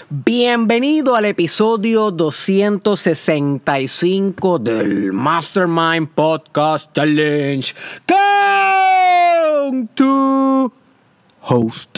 Bienvenido al episodio 265 del Mastermind Podcast Challenge. Count to host.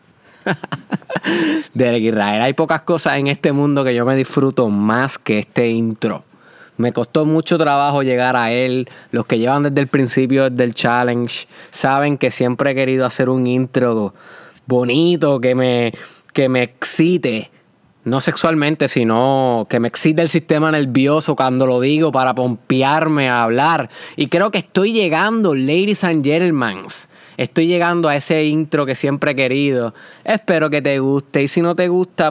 Derek Israel, hay pocas cosas en este mundo que yo me disfruto más que este intro. Me costó mucho trabajo llegar a él. Los que llevan desde el principio del challenge saben que siempre he querido hacer un intro bonito, que me excite. No sexualmente, sino que me excite el sistema nervioso cuando lo digo para pompearme a hablar. Y creo que estoy llegando, ladies and gentlemen. Estoy llegando a ese intro que siempre he querido. Espero que te guste. Y si no te gusta,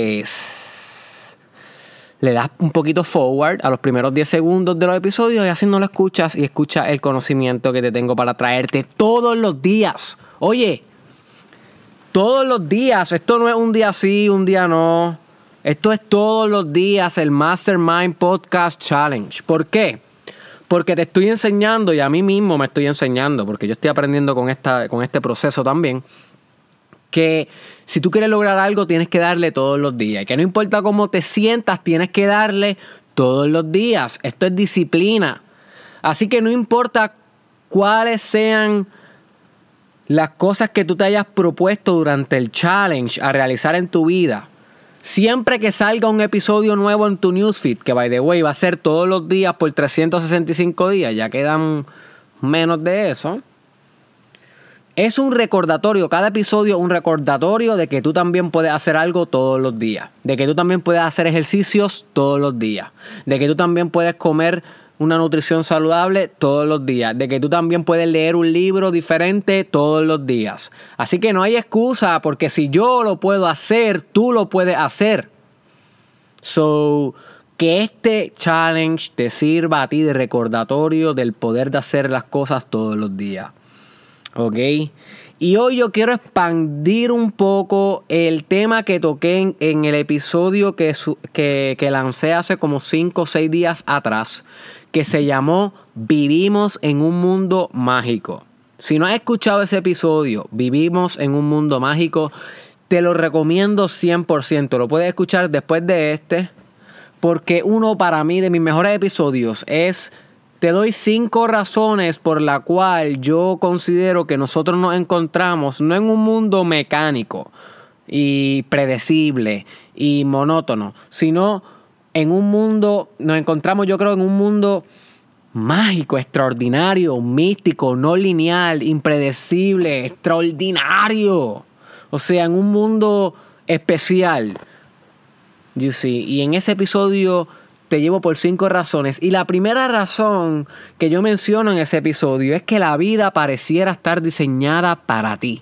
pues le das un poquito forward a los primeros 10 segundos de los episodios y así no lo escuchas y escuchas el conocimiento que te tengo para traerte todos los días. Oye, todos los días. Esto no es un día sí, un día no. Esto es todos los días el Mastermind Podcast Challenge. ¿Por qué? Porque te estoy enseñando y a mí mismo me estoy enseñando, porque yo estoy aprendiendo con este proceso también, que si tú quieres lograr algo tienes que darle todos los días. Y que no importa cómo te sientas, tienes que darle todos los días. Esto es disciplina. Así que no importa cuáles sean las cosas que tú te hayas propuesto durante el challenge a realizar en tu vida, siempre que salga un episodio nuevo en tu newsfeed, que by the way va a ser todos los días por 365 días, ya quedan menos de eso, es un recordatorio, cada episodio es un recordatorio de que tú también puedes hacer algo todos los días, de que tú también puedes hacer ejercicios todos los días, de que tú también puedes comer una nutrición saludable todos los días, de que tú también puedes leer un libro diferente todos los días. Así que no hay excusa, porque si yo lo puedo hacer, tú lo puedes hacer. So, que este challenge te sirva a ti de recordatorio del poder de hacer las cosas todos los días. ¿Ok? Y hoy yo quiero expandir un poco el tema que toqué en el episodio que lancé hace como 5 o 6 días atrás, que se llamó Vivimos en un Mundo Mágico. Si no has escuchado ese episodio, Vivimos en un Mundo Mágico, te lo recomiendo 100%. Lo puedes escuchar después de este, porque uno para mí de mis mejores episodios es: te doy 5 razones por la cual yo considero que nosotros nos encontramos no en un mundo mecánico y predecible y monótono, sino en un mundo, nos encontramos yo creo en un mundo mágico, extraordinario, místico, no lineal, impredecible, extraordinario. O sea, en un mundo especial. You see. Y en ese episodio te llevo por 5 razones. Y la primera razón que yo menciono en ese episodio es que la vida pareciera estar diseñada para ti.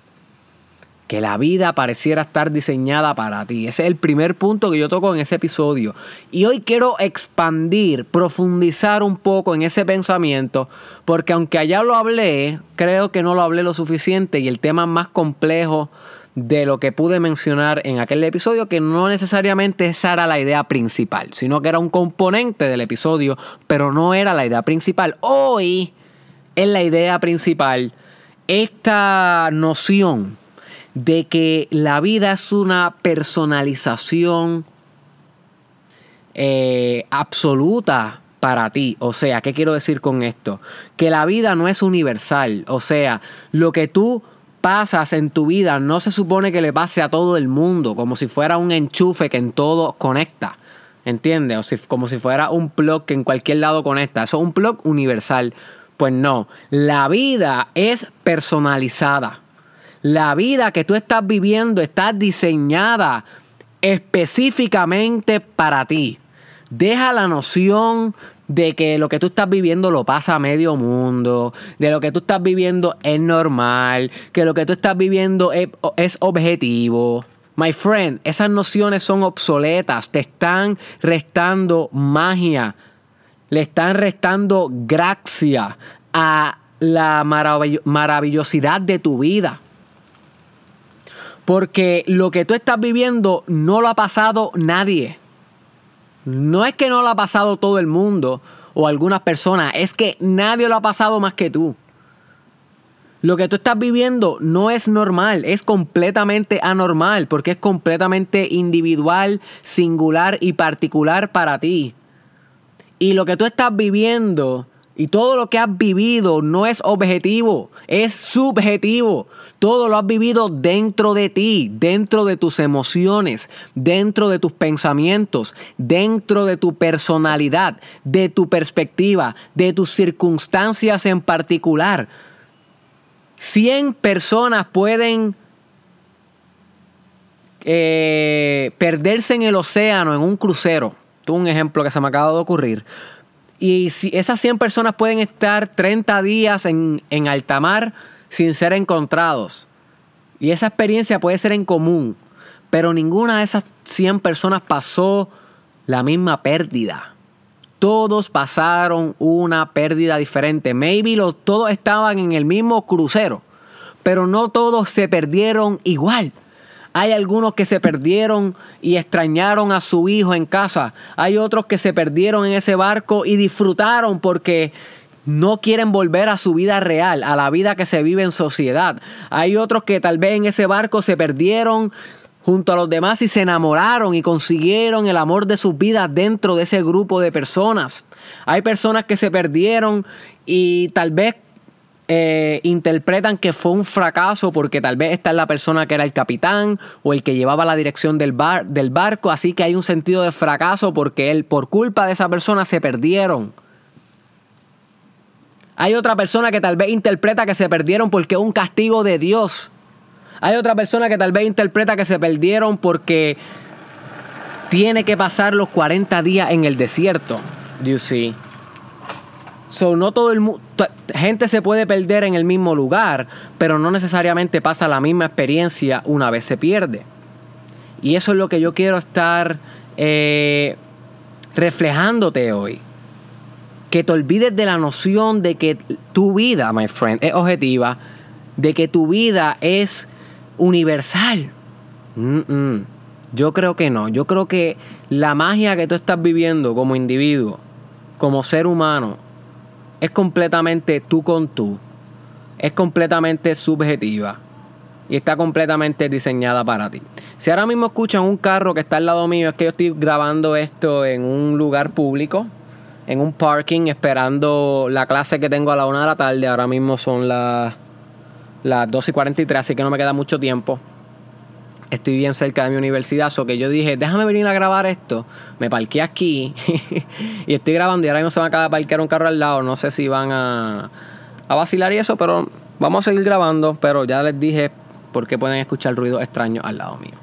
Que la vida pareciera estar diseñada para ti. Ese es el primer punto que yo toco en ese episodio. Y hoy quiero expandir, profundizar un poco en ese pensamiento, porque aunque allá lo hablé, creo que no lo hablé lo suficiente y el tema es más complejo de lo que pude mencionar en aquel episodio, que no necesariamente esa era la idea principal, sino que era un componente del episodio, pero no era la idea principal. Hoy es la idea principal, esta noción de que la vida es una personalización absoluta para ti. O sea, ¿qué quiero decir con esto? Que la vida no es universal. O sea, lo que tú pasas en tu vida no se supone que le pase a todo el mundo, como si fuera un enchufe que en todo conecta. ¿Entiendes? Como si fuera un plug que en cualquier lado conecta. Eso es un plug universal. Pues no. La vida es personalizada. La vida que tú estás viviendo está diseñada específicamente para ti. Deja la noción de que lo que tú estás viviendo lo pasa a medio mundo, de lo que tú estás viviendo es normal, que lo que tú estás viviendo es objetivo. My friend, esas nociones son obsoletas, te están restando magia, le están restando gracia a la maravillosidad de tu vida. Porque lo que tú estás viviendo no lo ha pasado nadie. No es que no lo ha pasado todo el mundo o algunas personas, es que nadie lo ha pasado más que tú. Lo que tú estás viviendo no es normal, es completamente anormal porque es completamente individual, singular y particular para ti. Y lo que tú estás viviendo y todo lo que has vivido no es objetivo, es subjetivo. Todo lo has vivido dentro de ti, dentro de tus emociones, dentro de tus pensamientos, dentro de tu personalidad, de tu perspectiva, de tus circunstancias en particular. 100 personas pueden perderse en el océano en un crucero. Un ejemplo que se me acaba de ocurrir. Y si esas 100 personas pueden estar 30 días en alta mar sin ser encontrados. Y esa experiencia puede ser en común. Pero ninguna de esas 100 personas pasó la misma pérdida. Todos pasaron una pérdida diferente. Maybe todos estaban en el mismo crucero. Pero no todos se perdieron igual. Hay algunos que se perdieron y extrañaron a su hijo en casa. Hay otros que se perdieron en ese barco y disfrutaron porque no quieren volver a su vida real, a la vida que se vive en sociedad. Hay otros que tal vez en ese barco se perdieron junto a los demás y se enamoraron y consiguieron el amor de sus vidas dentro de ese grupo de personas. Hay personas que se perdieron y tal vez interpretan que fue un fracaso porque tal vez esta es la persona que era el capitán o el que llevaba la dirección del barco, así que hay un sentido de fracaso porque por culpa de esa persona se perdieron. Hay otra persona que tal vez interpreta que se perdieron porque es un castigo de Dios. Hay otra persona que tal vez interpreta que se perdieron porque tiene que pasar los 40 días en el desierto. You see. So, no todo el mundo, gente se puede perder en el mismo lugar, pero no necesariamente pasa la misma experiencia una vez se pierde. Y eso es lo que yo quiero estar reflejándote hoy. Que te olvides de la noción de que tu vida, my friend, es objetiva, de que tu vida es universal. Yo creo que no. Yo creo que la magia que tú estás viviendo como individuo, como ser humano, es completamente tú con tú. Es completamente subjetiva. Y está completamente diseñada para ti. Si ahora mismo escuchan un carro que está al lado mío, es que yo estoy grabando esto en un lugar público, en un parking, esperando la clase que tengo a la 1 de la tarde. Ahora mismo son las 12:43, así que no me queda mucho tiempo. Estoy bien cerca de mi universidad, so que yo dije, déjame venir a grabar esto. Me parqué aquí y estoy grabando y ahora mismo se me acaba de parquear un carro al lado. No sé si van a vacilar y eso, pero vamos a seguir grabando. Pero ya les dije por qué pueden escuchar ruidos extraños al lado mío.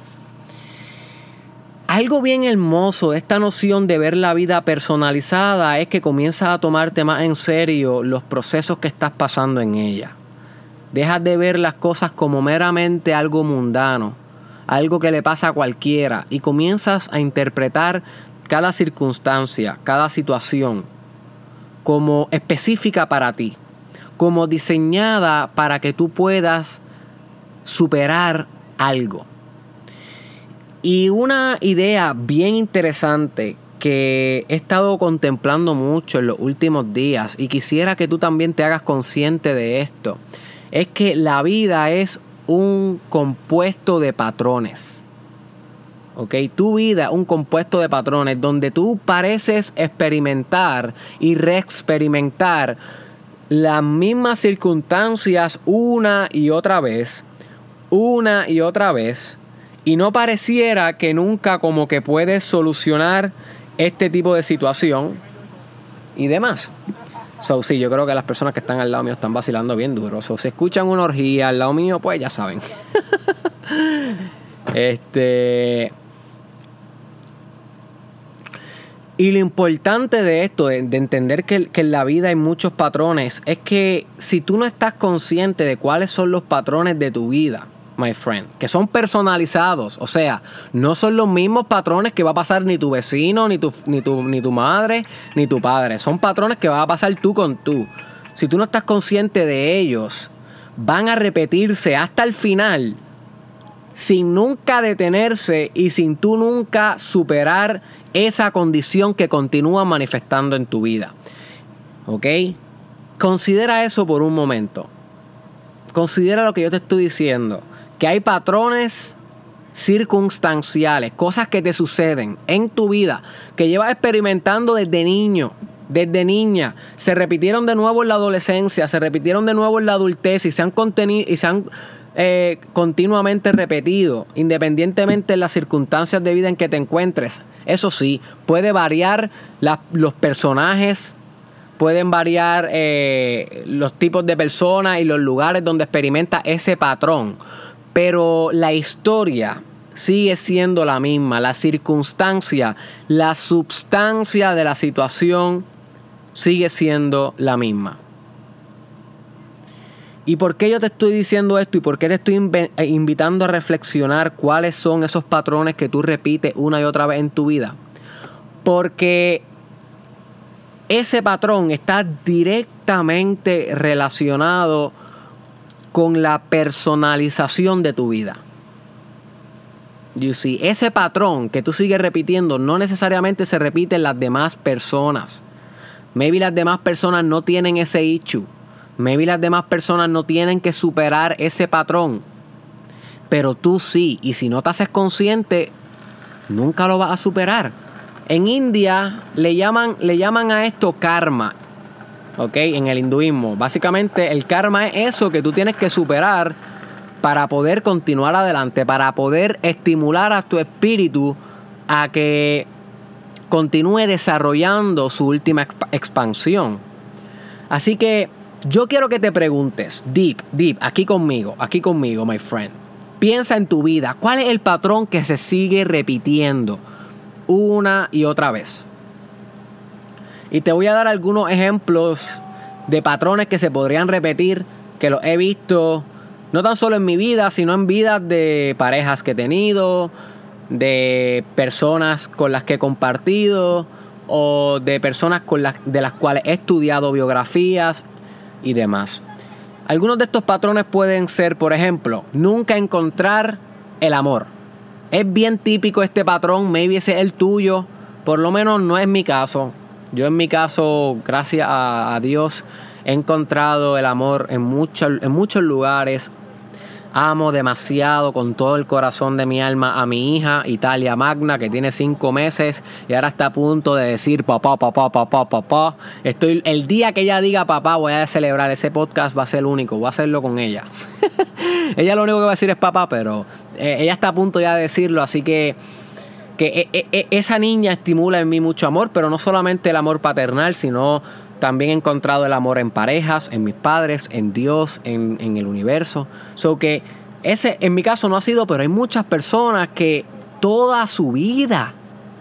Algo bien hermoso de esta noción de ver la vida personalizada es que comienzas a tomarte más en serio los procesos que estás pasando en ella. Dejas de ver las cosas como meramente algo mundano, algo que le pasa a cualquiera, y comienzas a interpretar cada circunstancia, cada situación como específica para ti, como diseñada para que tú puedas superar algo. Y una idea bien interesante que he estado contemplando mucho en los últimos días y quisiera que tú también te hagas consciente de esto, es que la vida es un compuesto de patrones. ¿Ok? Tu vida es un compuesto de patrones donde tú pareces experimentar y reexperimentar las mismas circunstancias una y otra vez, y no pareciera que nunca como que puedes solucionar este tipo de situación y demás. So, sí, yo creo que las personas que están al lado mío están vacilando bien duro. So, si escuchan una orgía al lado mío, pues ya saben. Y lo importante de esto, de entender que en la vida hay muchos patrones, es que si tú no estás consciente de cuáles son los patrones de tu vida, my friend, que son personalizados, o sea, no son los mismos patrones que va a pasar ni tu vecino, ni tu madre, ni tu padre. Son patrones que va a pasar tú con tú. Si tú no estás consciente de ellos, van a repetirse hasta el final, sin nunca detenerse y sin tú nunca superar esa condición que continúa manifestando en tu vida. ¿Ok? Considera eso por un momento. considera lo que yo te estoy diciendo, que hay patrones circunstanciales, cosas que te suceden en tu vida, que llevas experimentando desde niño, desde niña, se repitieron de nuevo en la adolescencia, se repitieron de nuevo en la adultez y se han continuamente repetido, independientemente de las circunstancias de vida en que te encuentres. Eso sí, puede variar los personajes, pueden variar los tipos de personas y los lugares donde experimenta ese patrón, pero la historia sigue siendo la misma, la circunstancia, la substancia de la situación sigue siendo la misma. ¿Y por qué yo te estoy diciendo esto? ¿Y por qué te estoy invitando a reflexionar cuáles son esos patrones que tú repites una y otra vez en tu vida? Porque ese patrón está directamente relacionado con la personalización de tu vida. You see, ese patrón que tú sigues repitiendo no necesariamente se repite en las demás personas. Maybe las demás personas no tienen ese issue. Maybe las demás personas no tienen que superar ese patrón. Pero tú sí. Y si no te haces consciente, nunca lo vas a superar. En India le llaman a esto karma. ¿Ok? En el hinduismo. Básicamente el karma es eso que tú tienes que superar para poder continuar adelante. Para poder estimular a tu espíritu a que continúe desarrollando su última expansión. Así que yo quiero que te preguntes, deep, aquí conmigo, my friend. Piensa en tu vida, ¿cuál es el patrón que se sigue repitiendo una y otra vez? Y te voy a dar algunos ejemplos de patrones que se podrían repetir, que los he visto no tan solo en mi vida, sino en vidas de parejas que he tenido, de personas con las que he compartido o de personas de las cuales he estudiado biografías y demás. Algunos de estos patrones pueden ser, por ejemplo, nunca encontrar el amor. Es bien típico este patrón, maybe ese es el tuyo, por lo menos no es mi caso. Yo en mi caso, gracias a Dios, he encontrado el amor en muchos lugares. Amo demasiado con todo el corazón de mi alma a mi hija, Italia Magna, que tiene 5 meses y ahora está a punto de decir papá. El día que ella diga papá, voy a celebrar. Ese podcast va a ser el único, voy a hacerlo con ella. Ella lo único que va a decir es papá, pero ella está a punto ya de decirlo, así que esa niña estimula en mí mucho amor, pero no solamente el amor paternal, sino también he encontrado el amor en parejas, en mis padres, en Dios, en el universo. So que ese en mi caso no ha sido, pero hay muchas personas que toda su vida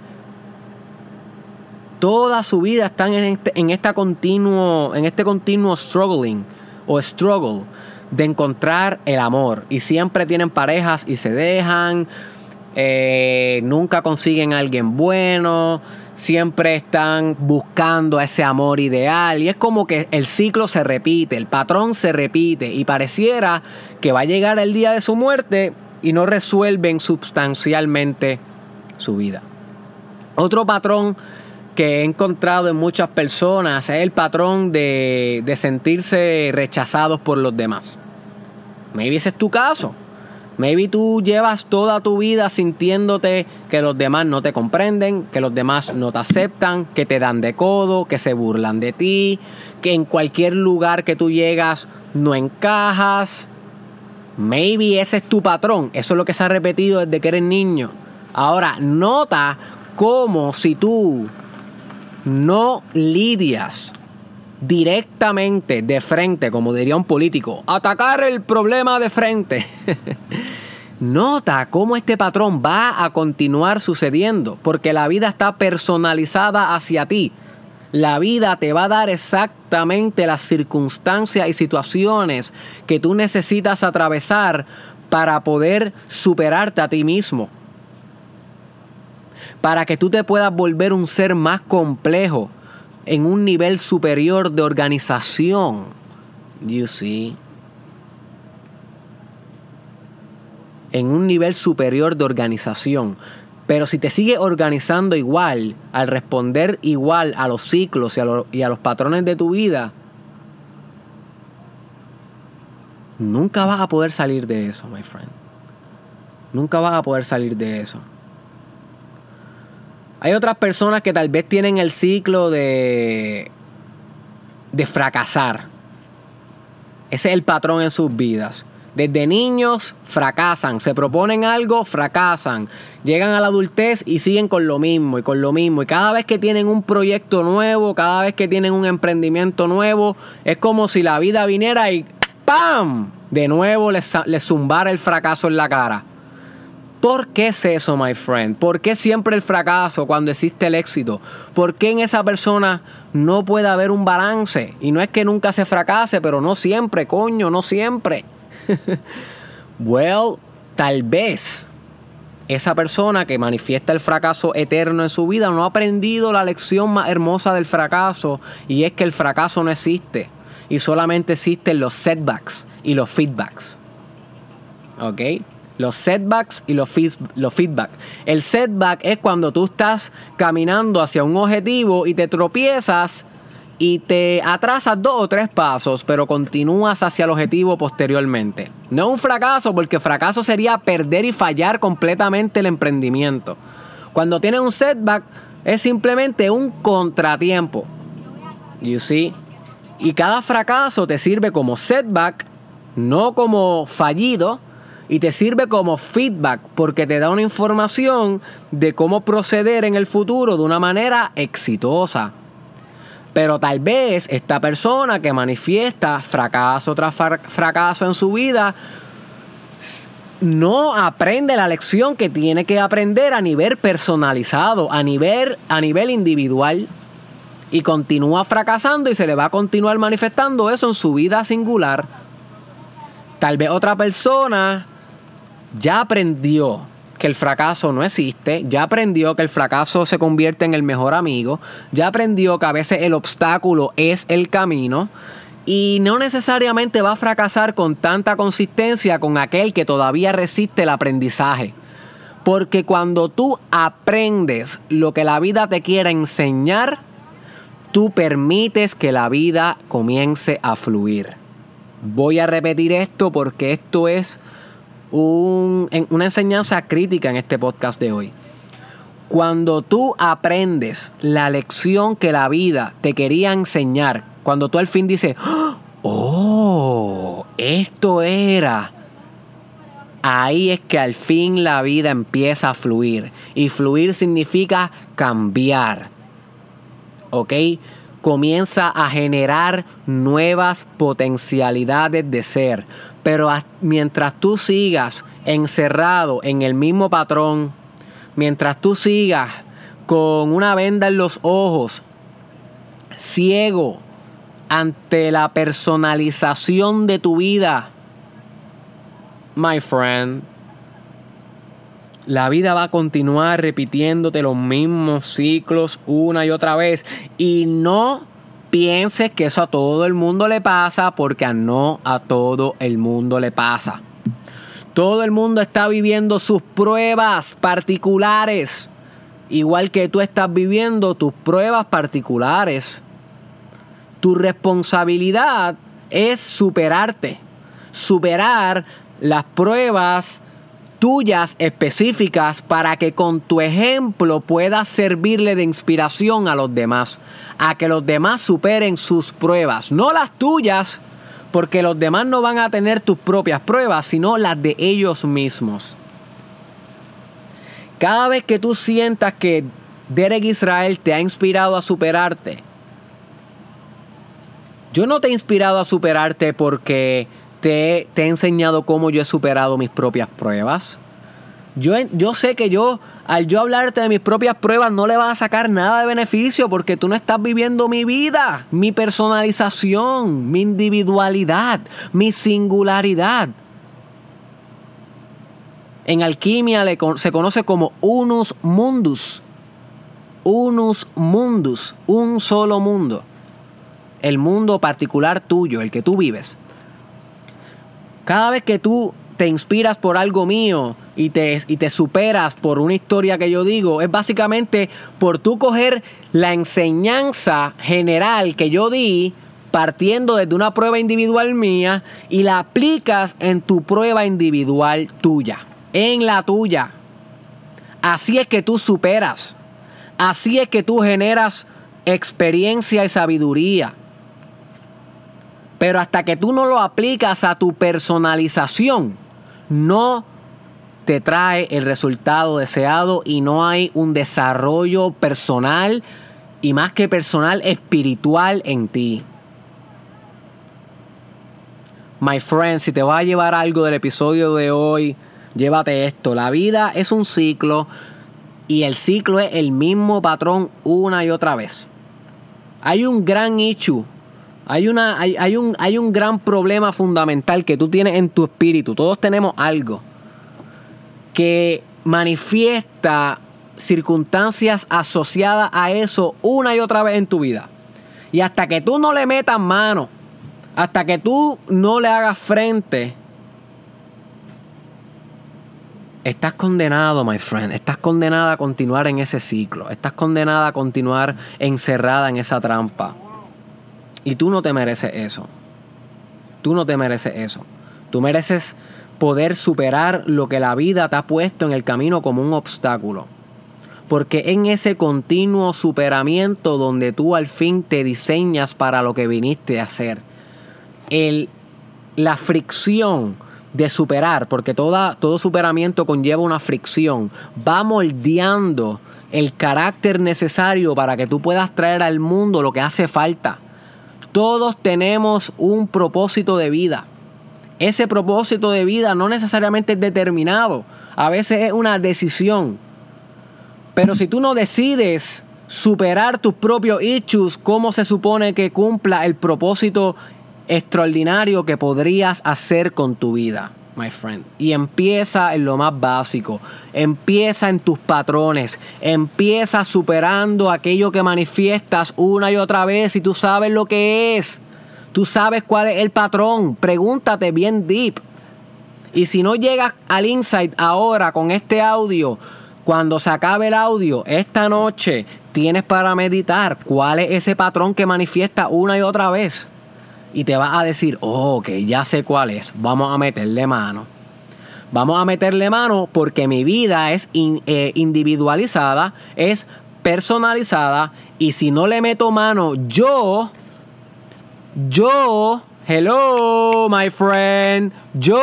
están en este continuo struggle de encontrar el amor. Y siempre tienen parejas y se dejan. Nunca consiguen a alguien bueno. Siempre están buscando ese amor ideal. Y es como que el ciclo se repite, el patrón se repite. Y pareciera que va a llegar el día de su muerte y no resuelven sustancialmente su vida. Otro patrón que he encontrado en muchas personas es el patrón de sentirse rechazados por los demás. Maybe ese es tu caso. Maybe tú llevas toda tu vida sintiéndote que los demás no te comprenden, que los demás no te aceptan, que te dan de codo, que se burlan de ti, que en cualquier lugar que tú llegas no encajas. Maybe ese es tu patrón. Eso es lo que se ha repetido desde que eres niño. Ahora, nota cómo si tú no lidias directamente, de frente, como diría un político, atacar el problema de frente. Nota cómo este patrón va a continuar sucediendo, porque la vida está personalizada hacia ti. La vida te va a dar exactamente las circunstancias y situaciones que tú necesitas atravesar para poder superarte a ti mismo. Para que tú te puedas volver un ser más complejo, en un nivel superior de organización. You see. En un nivel superior de organización. Pero si te sigues organizando igual, al responder igual a los ciclos y a los patrones de tu vida, nunca vas a poder salir de eso, my friend. Nunca vas a poder salir de eso. Hay otras personas que tal vez tienen el ciclo de fracasar. Ese es el patrón en sus vidas. Desde niños fracasan, se proponen algo, fracasan. Llegan a la adultez y siguen con lo mismo y con lo mismo. Y cada vez que tienen un proyecto nuevo, cada vez que tienen un emprendimiento nuevo, es como si la vida viniera y ¡pam! De nuevo les zumbara el fracaso en la cara. ¿Por qué es eso, my friend? ¿Por qué siempre el fracaso cuando existe el éxito? ¿Por qué en esa persona no puede haber un balance? Y no es que nunca se fracase, pero no siempre, coño, no siempre. Well, tal vez esa persona que manifiesta el fracaso eterno en su vida no ha aprendido la lección más hermosa del fracaso, y es que el fracaso no existe y solamente existen los setbacks y los feedbacks. ¿Ok? Los setbacks y los feedbacks. El setback es cuando tú estás caminando hacia un objetivo y te tropiezas y te atrasas 2 o 3 pasos, pero continúas hacia el objetivo posteriormente. No es un fracaso, porque fracaso sería perder y fallar completamente el emprendimiento. Cuando tienes un setback, es simplemente un contratiempo. You see? Y cada fracaso te sirve como setback, no como fallido, y te sirve como feedback, porque te da una información de cómo proceder en el futuro de una manera exitosa. Pero tal vez esta persona que manifiesta fracaso tras fracaso en su vida no aprende la lección que tiene que aprender a nivel personalizado, a nivel individual, y continúa fracasando y se le va a continuar manifestando eso en su vida singular. Tal vez otra persona ya aprendió que el fracaso no existe, ya aprendió que el fracaso se convierte en el mejor amigo, ya aprendió que a veces el obstáculo es el camino, y no necesariamente va a fracasar con tanta consistencia con aquel que todavía resiste el aprendizaje. Porque cuando tú aprendes lo que la vida te quiere enseñar, tú permites que la vida comience a fluir. Voy a repetir esto porque esto es una enseñanza crítica en este podcast de hoy. Cuando tú aprendes la lección que la vida te quería enseñar, cuando tú al fin dices, ¡oh! Esto era. Ahí es que al fin la vida empieza a fluir. Y fluir significa cambiar. ¿Ok? Comienza a generar nuevas potencialidades de ser. Pero mientras tú sigas encerrado en el mismo patrón, mientras tú sigas con una venda en los ojos, ciego ante la personalización de tu vida, my friend, la vida va a continuar repitiéndote los mismos ciclos una y otra vez. Y no pienses que eso a todo el mundo le pasa, porque no a todo el mundo le pasa. Todo el mundo está viviendo sus pruebas particulares, igual que tú estás viviendo tus pruebas particulares. Tu responsabilidad es superarte, superar las pruebas tuyas específicas, para que con tu ejemplo puedas servirle de inspiración a los demás, a que los demás superen sus pruebas, no las tuyas, porque los demás no van a tener tus propias pruebas, sino las de ellos mismos. Cada vez que tú sientas que Derek Israel te ha inspirado a superarte, yo no te he inspirado a superarte porque te he enseñado cómo yo he superado mis propias pruebas. Yo sé que al yo hablarte de mis propias pruebas, no le vas a sacar nada de beneficio, porque tú no estás viviendo mi vida, mi personalización, mi individualidad, mi singularidad. En alquimia se conoce como unus mundus. Unus mundus, un solo mundo. El mundo particular tuyo, el que tú vives. Cada vez que tú te inspiras por algo mío y te superas por una historia que yo digo, es básicamente por tú coger la enseñanza general que yo di partiendo desde una prueba individual mía y la aplicas en tu prueba individual tuya, en la tuya. Así es que tú superas. Así es que tú generas experiencia y sabiduría. Pero hasta que tú no lo aplicas a tu personalización, no te trae el resultado deseado y no hay un desarrollo personal y más que personal, espiritual en ti. My friend, si te va a llevar algo del episodio de hoy, llévate esto. La vida es un ciclo y el ciclo es el mismo patrón una y otra vez. Hay un gran issue. Hay un gran problema fundamental que tú tienes en tu espíritu. Todos tenemos algo que manifiesta circunstancias asociadas a eso una y otra vez en tu vida. Y hasta que tú no le metas mano, hasta que tú no le hagas frente, estás condenado, my friend. Estás condenada a continuar en ese ciclo. Estás condenada a continuar encerrada en esa trampa. Y tú no te mereces eso. Tú no te mereces eso. Tú mereces poder superar lo que la vida te ha puesto en el camino como un obstáculo. Porque en ese continuo superamiento donde tú al fin te diseñas para lo que viniste a hacer. La fricción de superar, porque todo superamiento conlleva una fricción, va moldeando el carácter necesario para que tú puedas traer al mundo lo que hace falta. Todos tenemos un propósito de vida. Ese propósito de vida no necesariamente es determinado. A veces es una decisión. Pero si tú no decides superar tus propios issues, ¿cómo se supone que cumpla el propósito extraordinario que podrías hacer con tu vida, my friend? Y empieza en lo más básico. Empieza en tus patrones. Empieza superando aquello que manifiestas una y otra vez. Y tú sabes lo que es. Tú sabes cuál es el patrón. Pregúntate bien deep. Y si no llegas al insight ahora con este audio, cuando se acabe el audio, esta noche tienes para meditar cuál es ese patrón que manifiesta una y otra vez. Y te vas a decir, ok, ya sé cuál es. Vamos a meterle mano. Vamos a meterle mano porque mi vida es individualizada, es personalizada. Y si no le meto mano, hello, my friend,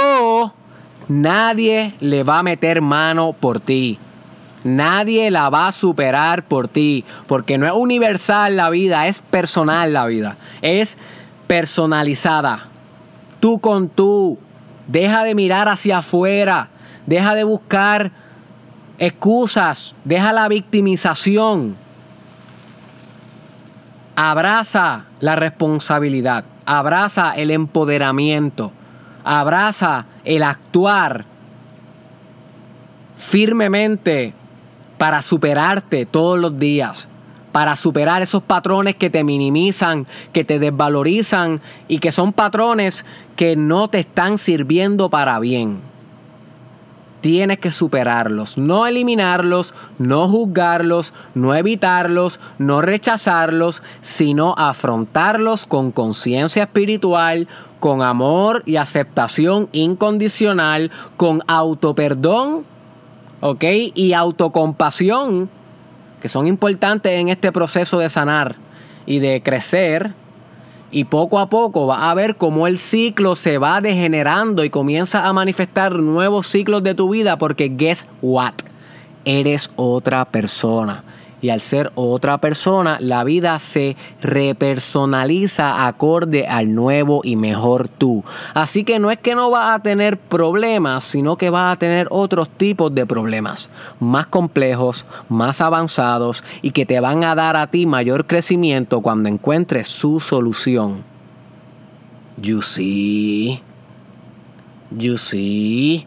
nadie le va a meter mano por ti. Nadie la va a superar por ti. Porque no es universal la vida, es personal la vida. Es personalizada. Tú con tú. Deja de mirar hacia afuera. Deja de buscar excusas. Deja la victimización. Abraza la responsabilidad. Abraza el empoderamiento. Abraza el actuar firmemente para superarte todos los días. Para superar esos patrones que te minimizan, que te desvalorizan y que son patrones que no te están sirviendo para bien. Tienes que superarlos, no eliminarlos, no juzgarlos, no evitarlos, no rechazarlos, sino afrontarlos con conciencia espiritual, con amor y aceptación incondicional, con autoperdón, ¿ok? Y autocompasión, que son importantes en este proceso de sanar y de crecer. Y poco a poco vas a ver cómo el ciclo se va degenerando y comienza a manifestar nuevos ciclos de tu vida, porque guess what? Eres otra persona. Y al ser otra persona, la vida se repersonaliza acorde al nuevo y mejor tú. Así que no es que no vas a tener problemas, sino que vas a tener otros tipos de problemas. Más complejos, más avanzados y que te van a dar a ti mayor crecimiento cuando encuentres su solución. You see? You see?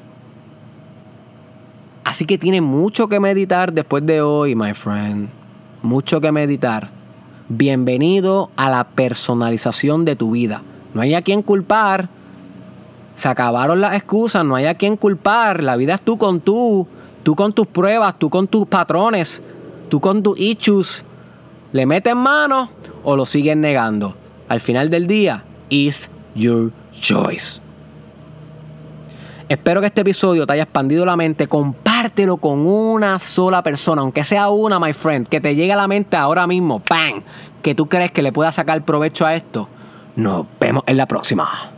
Así que tienes mucho que meditar después de hoy, my friend. Mucho que meditar. Bienvenido a la personalización de tu vida. No hay a quien culpar. Se acabaron las excusas. No hay a quien culpar. La vida es tú con tú. Tú con tus pruebas. Tú con tus patrones. Tú con tus issues. ¿Le metes mano o lo sigues negando? Al final del día, is your choice. Espero que este episodio te haya expandido la mente. Compártelo con una sola persona, aunque sea una, my friend, que te llegue a la mente ahora mismo, ¡pam!, que tú crees que le pueda sacar provecho a esto. Nos vemos en la próxima.